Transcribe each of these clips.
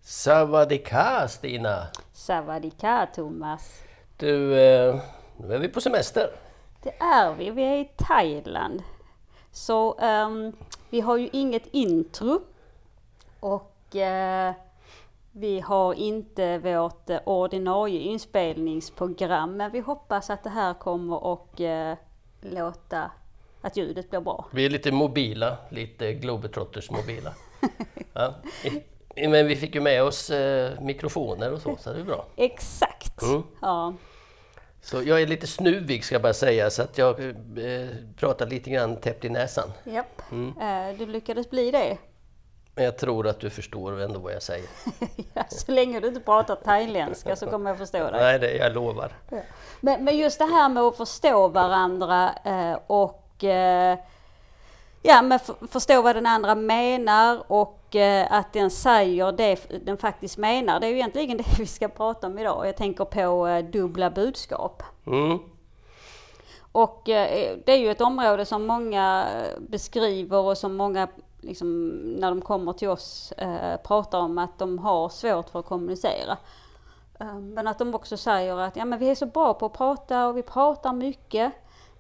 Savadika, Stina. Savadika, Thomas. Du, nu är vi på semester. Det är vi. Vi är i Thailand. Så vi har ju inget intro. Och vi har inte vårt ordinarie inspelningsprogram. Men vi hoppas att det här kommer och låta att ljudet blir bra. Vi är lite mobila, lite Globetrotters mobila. Ja. Men vi fick ju med oss mikrofoner och så det är bra. Exakt. Ja. Så jag är lite snuvig ska jag bara säga, så att jag pratar lite grann täppt i näsan. Japp. Du lyckades bli det. Men jag tror att du förstår ändå vad jag säger. Ja, så länge du inte pratar thailändska så kommer jag förstå dig. Nej, det jag lovar. Ja. Men just det här med att förstå varandra och förstå vad den andra menar och att den säger det den faktiskt menar. Det är ju egentligen det vi ska prata om idag. Jag tänker på dubbla budskap. Och det är ju ett område som många beskriver och som många liksom, när de kommer till oss pratar om att de har svårt för att kommunicera. Men att de också säger att men vi är så bra på att prata och vi pratar mycket.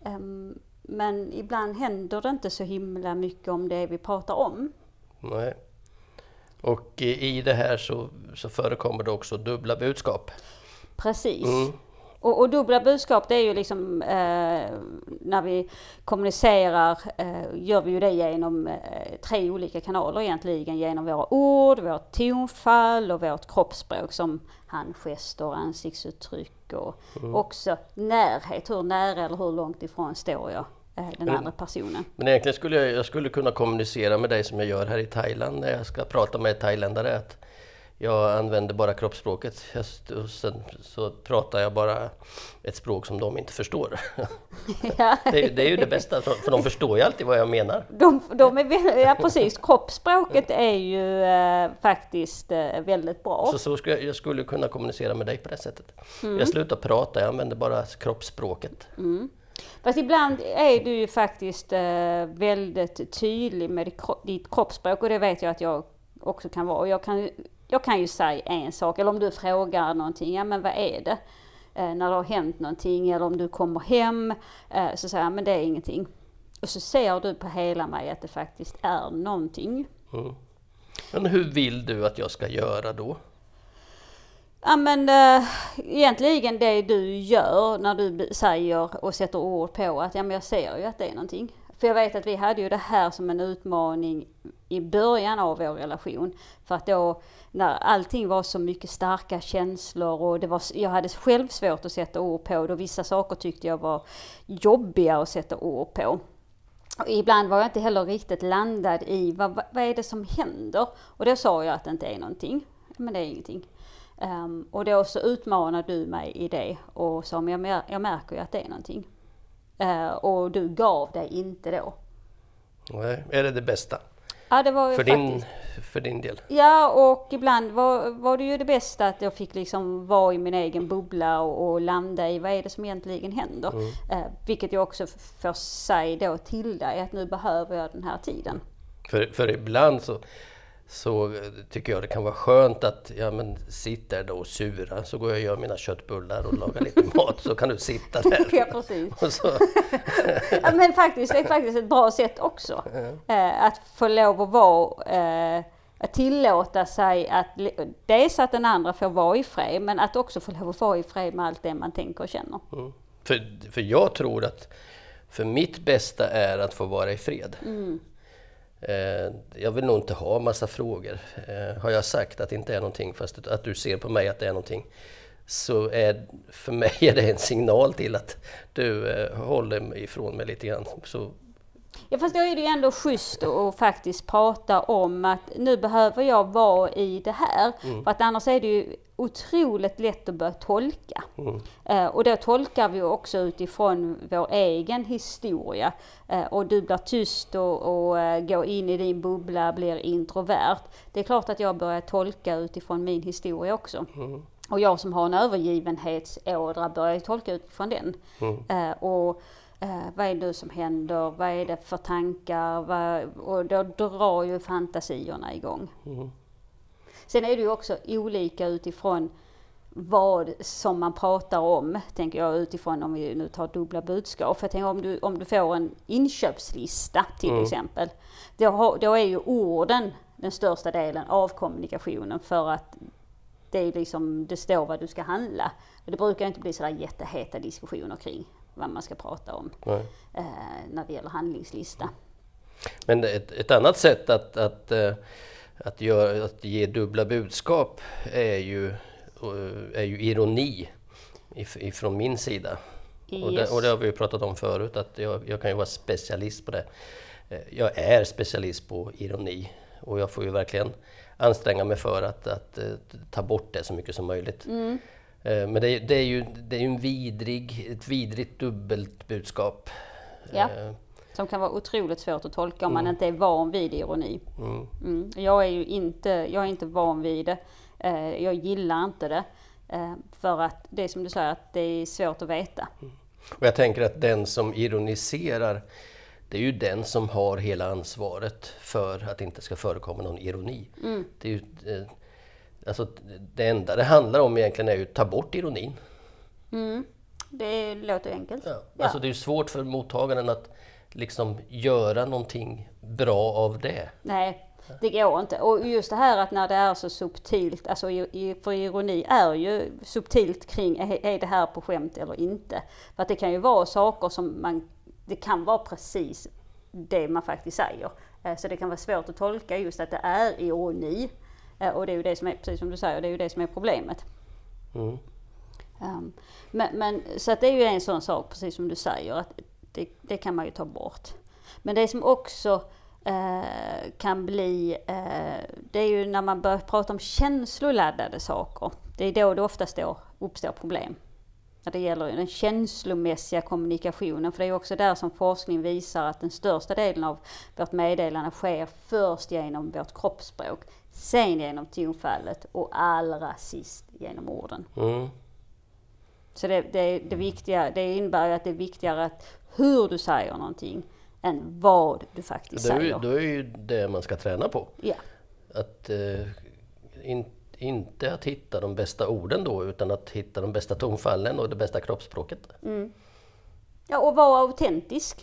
Men ibland händer det inte så himla mycket om det vi pratar om. Nej. Och i det här så förekommer det också dubbla budskap. Precis. Och dubbla budskap, det är ju liksom när vi kommunicerar gör vi ju det genom 3 olika kanaler egentligen. Genom våra ord, vårt tonfall och vårt kroppsspråk som handgester, ansiktsuttryck och också närhet. Hur nära eller hur långt ifrån står jag den andra personen. Men egentligen skulle jag kunna kommunicera med dig som jag gör här i Thailand när jag ska prata med thailändare. Att jag använder bara kroppsspråket och sen så pratar jag bara ett språk som de inte förstår. Ja. Det är ju det bästa, för de förstår ju alltid vad jag menar. Ja precis, kroppsspråket är ju faktiskt väldigt bra. Jag skulle kunna kommunicera med dig på det sättet. Jag slutar prata, jag använder bara kroppsspråket. Fast ibland är du ju faktiskt väldigt tydlig med ditt kroppsspråk och det vet jag att jag också kan vara. Och jag kan ju säga en sak, eller om du frågar någonting, men vad är det? När det har hänt någonting, eller om du kommer hem, så säger jag, men det är ingenting. Och så ser du på hela mig att det faktiskt är någonting. Men hur vill du att jag ska göra då? Ja men egentligen det du gör när du säger och sätter ord på att men jag ser ju att det är någonting. För jag vet att vi hade ju det här som en utmaning i början av vår relation. För att då när allting var så mycket starka känslor och jag hade själv svårt att sätta ord på det och vissa saker tyckte jag var jobbiga att sätta ord på. Och ibland var jag inte heller riktigt landad i vad är det som händer. Och då sa jag att det inte är någonting. Men det är ingenting. Och då så utmanade du mig i det och sa men jag märker ju att det är någonting. Och du gav dig inte då. Nej, är det bästa? Ja, det var ju för din del. Ja, och ibland var det ju det bästa att jag fick liksom vara i min egen bubbla och landa i vad är det som egentligen händer. Vilket jag också får säga då till dig att nu behöver jag den här tiden. För ibland så tycker jag det kan vara skönt att sitta där då och sura, så går jag och gör mina köttbullar och lagar lite mat, så kan du sitta där. Ja, precis. Ja, men faktiskt, det är faktiskt ett bra sätt också. Att få lov att vara, att tillåta sig att dels att den andra får vara i fred, men att också få lov att vara i fred med allt det man tänker och känner. För jag tror att för mitt bästa är att få vara i fred. Jag vill nog inte ha massa frågor. Har jag sagt att det inte är någonting, fast att du ser på mig att det är någonting, så för mig är det en signal till att du håller ifrån mig lite grann. Så. Ja, fast då är det ju ändå schysst att faktiskt prata om att nu behöver jag vara i det här. För att annars är det ju otroligt lätt att börja tolka. Och då tolkar vi också utifrån vår egen historia. Och du blir tyst och går in i din bubbla, blir introvert. Det är klart att jag börjar tolka utifrån min historia också. Och jag som har en övergivenhetsådra börjar tolka utifrån den. Vad är det som händer? Vad är det för tankar? Och då drar ju fantasierna igång. Sen är det ju också olika utifrån vad som man pratar om, tänker jag, utifrån om vi nu tar dubbla budskap. För jag tänker om du får en inköpslista till exempel, då är ju orden den största delen av kommunikationen, för att det står vad du ska handla. Och det brukar inte bli sådär jätteheta diskussioner kring vad man ska prata om när det gäller handlingslista. Men ett annat sätt att ge dubbla budskap är ju ironi ifrån min sida. Yes. Och det har vi ju pratat om förut, att jag kan ju vara specialist på det. Jag är specialist på ironi och jag får ju verkligen anstränga mig för att ta bort det så mycket som möjligt. Men det är ju ett vidrigt dubbelt budskap. Ja. Som kan vara otroligt svårt att tolka om man inte är van vid ironi. Jag är inte van vid det. Jag gillar inte det. För att det är som du säger, att det är svårt att veta. Och jag tänker att den som ironiserar, det är ju den som har hela ansvaret för att det inte ska förekomma någon ironi. Det är ju, alltså det enda det handlar om egentligen är ju att ta bort ironin. Det låter enkelt. Ja. Alltså det är ju svårt för mottagaren att liksom göra någonting bra av det. Nej, det går inte. Och just det här att när det är så subtilt, alltså för ironi är ju subtilt kring, är det här på skämt eller inte? För att det kan ju vara saker som det kan vara precis det man faktiskt säger. Så det kan vara svårt att tolka just att det är ironi. Och det är ju det som är, precis som du säger, det är ju det som är problemet. Men så att det är ju en sån sak, precis som du säger, att det kan man ju ta bort. Men det som också kan bli, det är ju när man börjar prata om känsloladdade saker. Det är då det oftast uppstår problem. När det gäller den känslomässiga kommunikationen. För det är ju också där som forskning visar att den största delen av vårt meddelande sker först genom vårt kroppsspråk. Sen genom tonfallet och allra sist genom orden. Så det viktiga, det innebär ju att det är viktigare att hur du säger någonting än vad du faktiskt säger. Då är ju det man ska träna på. Ja. Att inte att hitta de bästa orden då, utan att hitta de bästa tonfallen och det bästa kroppsspråket. Ja, och vara autentisk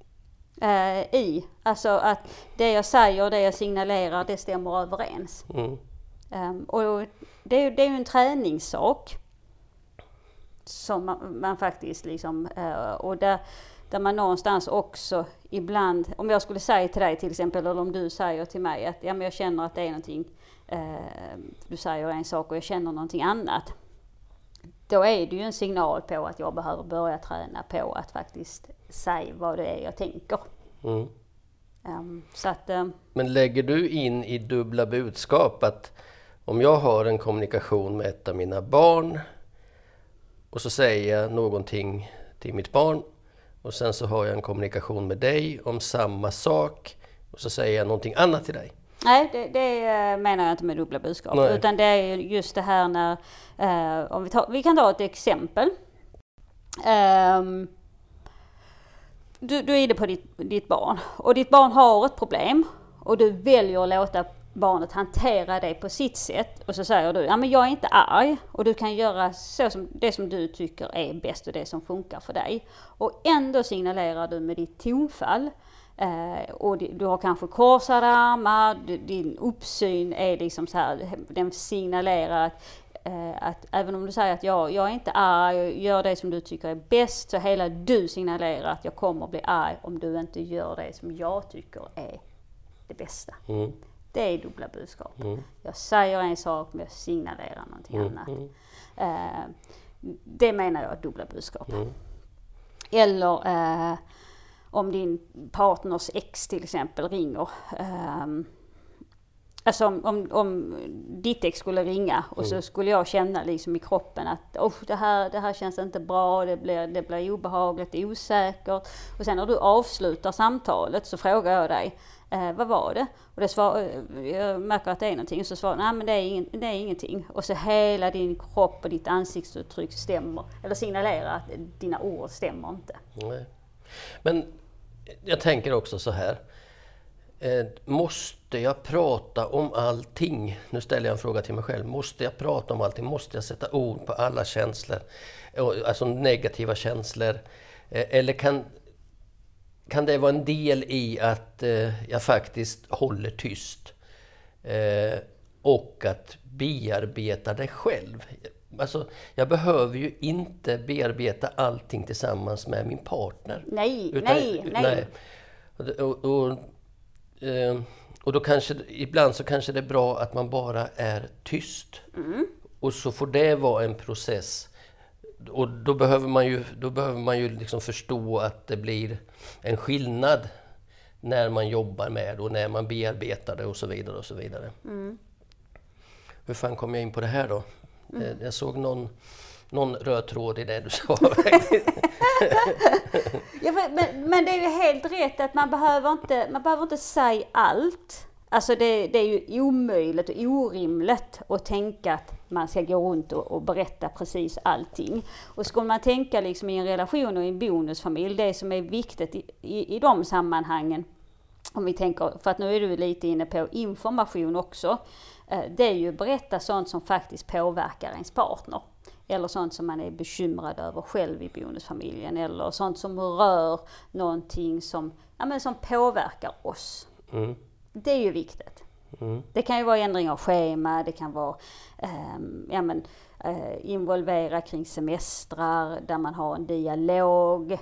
alltså att det jag säger och det jag signalerar, det stämmer överens. Och det är ju en träningssak som man faktiskt liksom, och där man någonstans också ibland, om jag skulle säga till dig till exempel, eller om du säger till mig att ja, men jag känner att det är någonting, du säger en sak och jag känner någonting annat, då är det ju en signal på att jag behöver börja träna på att faktiskt säga vad det är jag tänker. Så att, men lägger du in i dubbla budskap att om jag har en kommunikation med ett av mina barn och så säger jag någonting till mitt barn och sen så har jag en kommunikation med dig om samma sak och så säger jag någonting annat till dig? Nej, det menar jag inte med dubbla budskap. Nej. Utan det är just det här när, om vi kan ta ett exempel. Du är inne på ditt barn och ditt barn har ett problem och du väljer att låta barnet hantera det på sitt sätt och så säger du, ja men jag är inte arg och du kan göra det som du tycker är bäst och det som funkar för dig. Och ändå signalerar du med ditt tonfall och du har kanske korsade armar, din uppsyn är liksom så här, den signalerar att även om du säger att jag är inte arg, gör det som du tycker är bäst, så hela du signalerar att jag kommer bli arg om du inte gör det som jag tycker är det bästa. Det är dubbla budskap. Jag säger en sak men jag signalerar någonting annat. Det menar jag är dubbla budskap. Eller om din partners ex till exempel ringer. Alltså om ditt ex skulle ringa och så skulle jag känna liksom i kroppen att det här känns inte bra, det blir obehagligt, osäkert. Och sen när du avslutar samtalet så frågar jag dig, vad var det? Och jag märker att det är någonting och så svarar nej men det är ingenting. Och så hela din kropp och ditt ansiktsuttryck stämmer, eller signalerar att dina ord stämmer inte. Nej. Men jag tänker också så här. Måste jag prata om allting? Nu ställer jag en fråga till mig själv. Måste jag prata om allting? Måste jag sätta ord på alla känslor? Alltså negativa känslor. Eller kan det vara en del i att jag faktiskt håller tyst? Och att bearbeta det själv. Alltså, jag behöver ju inte bearbeta allting tillsammans med min partner. Nej. Och då kanske, ibland så kanske det är bra att man bara är tyst. Och så får det vara en process. Och då behöver man ju liksom förstå att det blir en skillnad när man jobbar med det och när man bearbetar det och så vidare och så vidare. Hur fan kom jag in på det här då? Jag såg någon röd tråd i det du sa. Ja, men det är ju helt rätt att man behöver inte säga allt. Alltså det är ju omöjligt och orimligt att tänka att man ska gå runt och berätta precis allting. Och ska man tänka liksom i en relation och i en bonusfamilj, det som är viktigt i de sammanhangen, om vi tänker, för att nu är du lite inne på information också, det är ju att berätta sånt som faktiskt påverkar ens partner. Eller sånt som man är bekymrad över själv i bonusfamiljen. Eller sånt som rör någonting som påverkar oss. Det är ju viktigt. Det kan ju vara ändring av schema, det kan vara involvera kring semestrar där man har en dialog.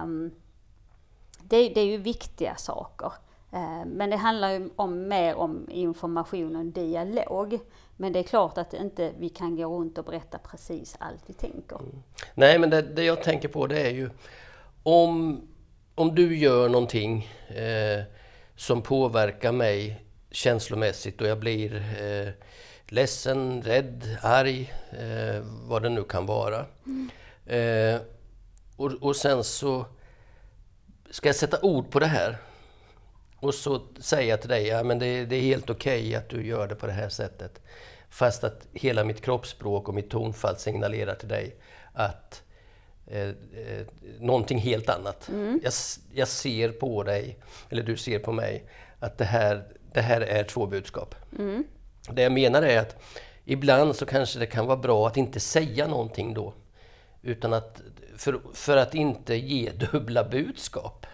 Det är ju viktiga saker. Men det handlar ju mer om information och dialog. Men det är klart att inte vi kan gå runt och berätta precis allt vi tänker. Nej, men det jag tänker på det är ju om du gör någonting som påverkar mig känslomässigt och jag blir ledsen, rädd, arg, vad det nu kan vara. Och sen så ska jag sätta ord på det här. Och så säger jag till dig, ja men det är helt okej att du gör det på det här sättet. Fast att hela mitt kroppsspråk och mitt tonfall signalerar till dig att någonting helt annat. Jag ser på dig, eller du ser på mig, att det här är två budskap. Det jag menar är att ibland så kanske det kan vara bra att inte säga någonting då. Utan att, för att inte ge dubbla budskap.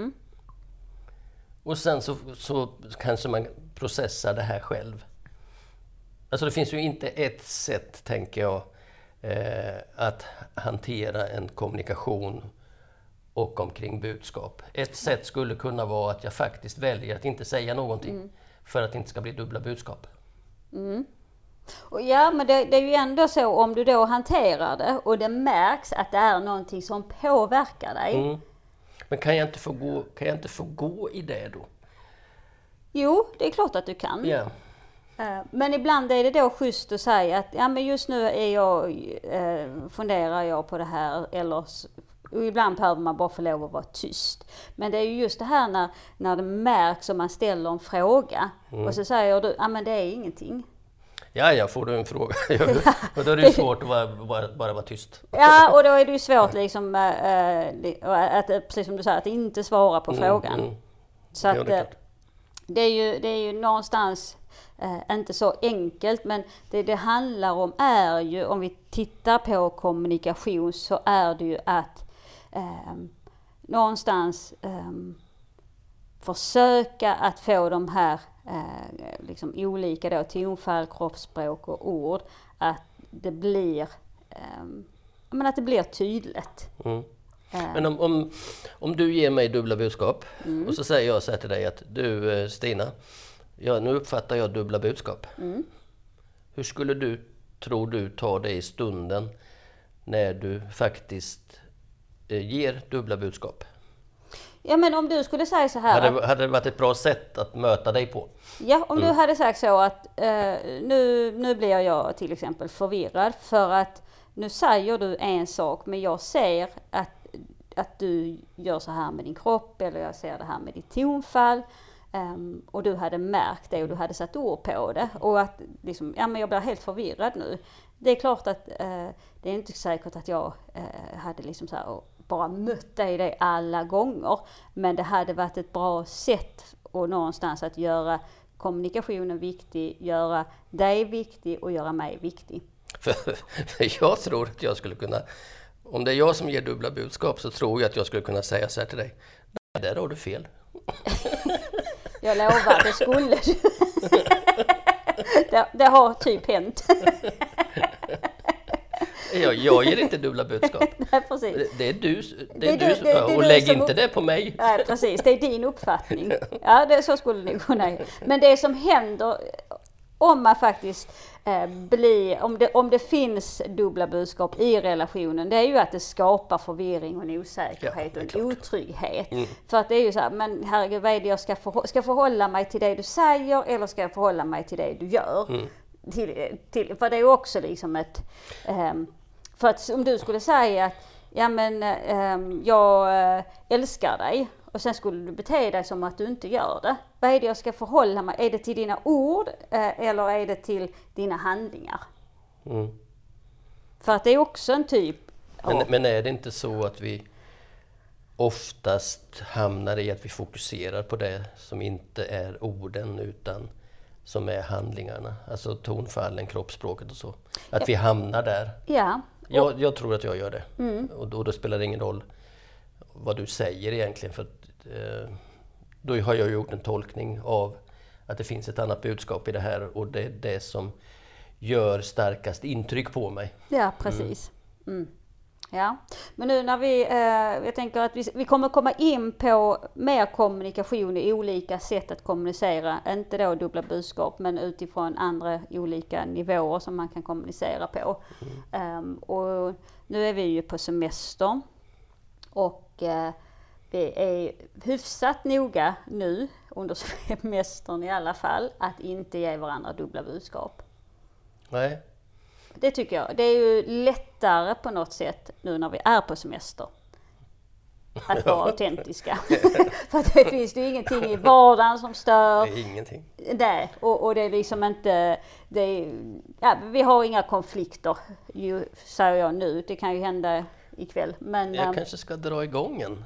Och sen så kanske man processar det här själv. Alltså det finns ju inte ett sätt, tänker jag, att hantera en kommunikation och omkring budskap. Ett sätt skulle kunna vara att jag faktiskt väljer att inte säga någonting för att det inte ska bli dubbla budskap. Och ja, men det är ju ändå så, om du då hanterar det och det märks att det är någonting som påverkar dig. Men kan jag inte få gå i det då? Jo, det är klart att du kan. Yeah. Men ibland är det då schysst att säga att ja, men just nu funderar jag på det här, och ibland behöver man bara få lov att vara tyst. Men det är ju just det här när det märks och man ställer en fråga och så säger du, ja men det är ingenting. Ja, får du en fråga. Och då är det svårt att bara vara tyst. Ja, och då är det ju svårt liksom, att, precis som du säger, att inte svara på frågan. Så att det är ju någonstans inte så enkelt, men det handlar om är ju, om vi tittar på kommunikation, så är det ju att någonstans försöka att få de här liksom olika då, tonfall, kroppsspråk och ord, att det blir tydligt. Men om du ger mig dubbla budskap och så säger jag så här till dig att du Stina, nu uppfattar jag dubbla budskap. Hur skulle du, tror du, ta det i stunden när du faktiskt ger dubbla budskap? Ja, men om du skulle säga så här... Hade det varit ett bra sätt att möta dig på? Ja, om du hade sagt så att nu blir jag till exempel förvirrad för att nu säger du en sak, men jag ser att du gör så här med din kropp, eller jag ser det här med ditt tonfall, och du hade märkt det och du hade satt ord på det, och att liksom, ja men jag blir helt förvirrad nu. Det är klart att det är inte säkert att jag hade liksom så här bara mött dig i det alla gånger, men det hade varit ett bra sätt och någonstans att göra kommunikationen viktig, göra dig viktig och göra mig viktig. För jag tror att jag skulle kunna, om det är jag som ger dubbla budskap, så tror jag att jag skulle kunna säga så här till dig: nej, där har du fel. Jag lovar, det skulle du. Det har typ hänt. Jag ger inte dubbla budskap. Nej, precis. Det är du, och lägg inte det på mig. Nej, precis. Det är din uppfattning. Ja, så skulle ni kunna. Men det som händer om man faktiskt om det finns dubbla budskap i relationen, det är ju att det skapar förvirring och en osäkerhet och en otrygghet. För att det är ju så här, men herregud, vad är det jag ska förhålla mig till det du säger eller ska jag förhålla mig till det du gör? För det är ju också liksom ett... för att om du skulle säga att jag älskar dig och sen skulle du bete dig som att du inte gör det. Vad är det jag ska förhålla mig? Är det till dina ord eller är det till dina handlingar? För att det är också en typ av... Men är det inte så att vi oftast hamnar i att vi fokuserar på det som inte är orden utan som är handlingarna? Alltså tonfallen, kroppsspråket och så. Att vi hamnar där. Ja. Jag tror att jag gör det. Och då spelar det ingen roll vad du säger egentligen. För då har jag gjort en tolkning av att det finns ett annat budskap i det här. Och det är det som gör starkast intryck på mig. Ja, precis. Ja, men nu när jag tänker att vi kommer komma in på mer kommunikation i olika sätt att kommunicera. Inte då dubbla budskap, men utifrån andra olika nivåer som man kan kommunicera på. Och nu är vi ju på semester och vi är hyfsat noga nu under semestern i alla fall att inte ge varandra dubbla budskap. Nej. Det tycker jag. Det är ju lättare på något sätt nu när vi är på semester att vara autentiska. För att det finns ju ingenting i vardagen som stör. Det är ingenting. Nej, och det är liksom inte... vi har inga konflikter, säger jag nu. Det kan ju hända ikväll. Men, jag kanske ska dra igång en.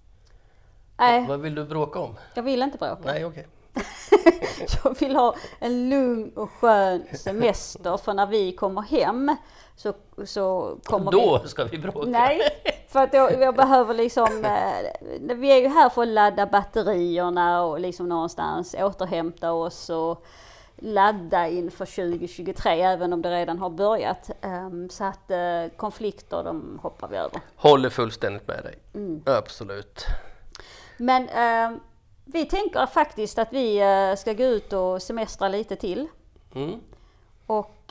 Vad vill du bråka om? Jag vill inte bråka. Nej, okej. Jag vill ha en lugn och skön semester, för när vi kommer hem så kommer då ska vi bråka. Nej, för att jag behöver liksom, vi är ju här för att ladda batterierna och liksom någonstans återhämta oss och ladda inför 2023, även om det redan har börjat. Så att konflikter, de hoppar vi över. Håller fullständigt med dig. Absolut. Men vi tänker faktiskt att vi ska gå ut och semestra lite till. Och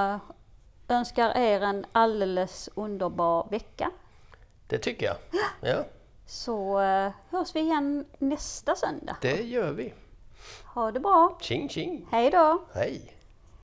önskar er en alldeles underbar vecka. Det tycker jag. Ja. Så hörs vi igen nästa söndag. Det gör vi. Ha det bra. Tjing tjing. Hej då. Hej.